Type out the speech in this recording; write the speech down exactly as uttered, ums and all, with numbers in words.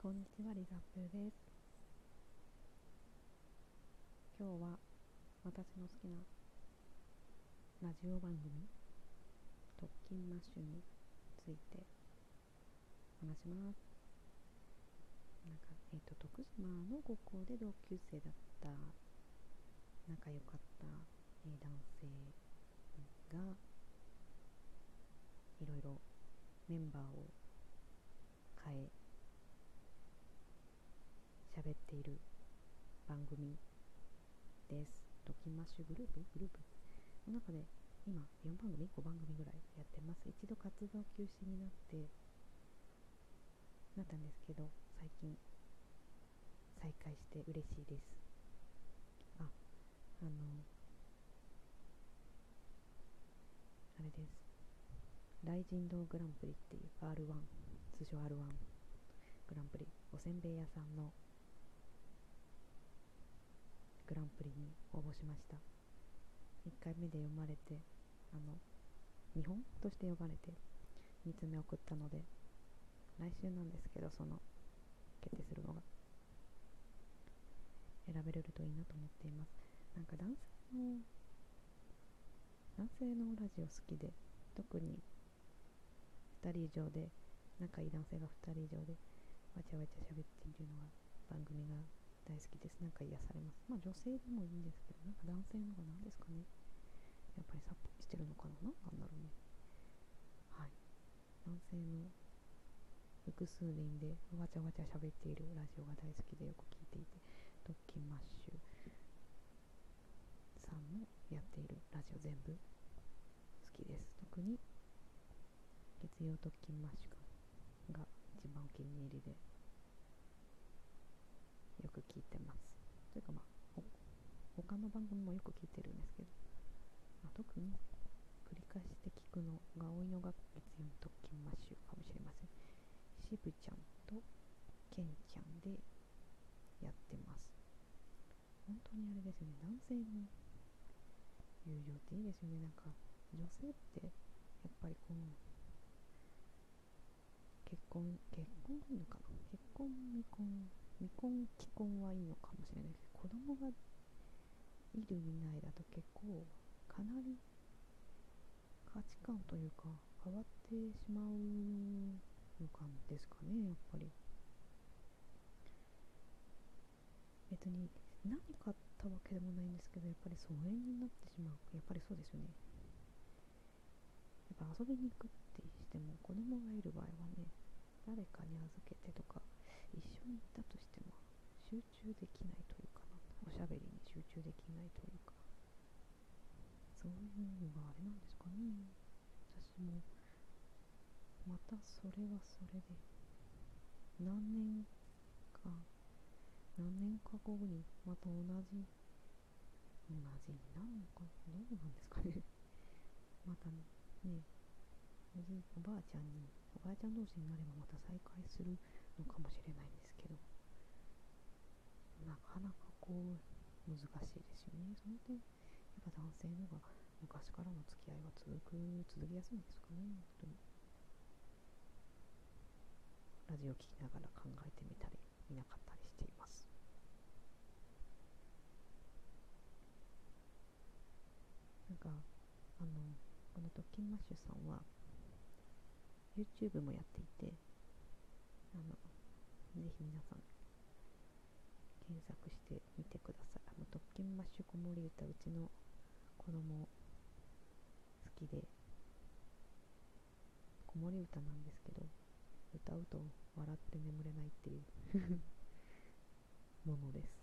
こんにちは、リザップです。今日は私の好きなラジオ番組特勤マッシュについて話します。なんか、えっ、と、徳島の高校で同級生だった仲良かった、えー男性がいろいろメンバーを変え喋っている番組です。特勤マッシュグループグループの中で今よんばんぐみごばんぐみぐらいやってます。一度活動休止になってなったんですけど、最近再開して嬉しいです。あ、あのあれです。大神堂グランプリっていう アールワン、通称 アールワン グランプリ、おせんべい屋さんのグランプリに応募しました。いっかいめで読まれて、あの見本として呼ばれてみっつめ送ったので、来週なんですけど、その決定するのが選べれるといいなと思っています。なんか男性の男性のラジオ好きで、特にふたり以上で仲いい男性がふたり以上でわちゃわちゃ喋っているのが番組が大好きです。なんか癒されます。まあ女性でもいいんですけど、なんか男性のが何ですかね、やっぱりさっぱりしてるのかな、なんなんだろうね。はい、男性の複数人でわちゃわちゃ喋っているラジオが大好きでよく聞いていて、特勤マッシュさんのやっているラジオ全部好きです。特に月曜特勤マッシュが一番お気に入りでよく聞いてます。というか、まあ他の番組もよく聞いてるんですけど、まあ、特に繰り返して聞くのが多いのが月曜特勤マッシュかもしれません。しぶちゃんとけんちゃんでやってます。本当にあれですよね、男性の友情っていいですよね。なんか女性ってやっぱりこう結婚結婚いいのかな、結婚未婚未婚既婚はいいのかもしれないけど、子供がいるいないだと結構かなり価値観というか変わってしまうのかですかね。やっぱり別に何かあったわけでもないんですけど、やっぱり疎遠になってしまう。やっぱりそうですよね。やっぱ遊びに行くってしても子供がいる場合はね、誰かに預けてとか一緒に行ったとしても集中できないというかな、おしゃべりに集中できないというか、そういうのがあれなんですかね。私もまたそれはそれで何年か何年か後にまた同じ同じになるのか、どうなんですかね。またね、おじいおばあちゃんにおばあちゃん同士になればまた再会するのかもしれないんですけど、なかなかこう難しいですよね。その点やっぱ男性の方が昔からの付き合いは続く続きやすいんですかね。本当にラジオ聞きながら考えてみたり見なかったりしています。なんかあのこの特勤マッシュさんは YouTube もやっていて、あのぜひ皆さん検索してみてください。あの特勤マッシュ子守歌、うちの子供好きで、子守歌なんですけど、歌うと笑って眠れないっていうものです。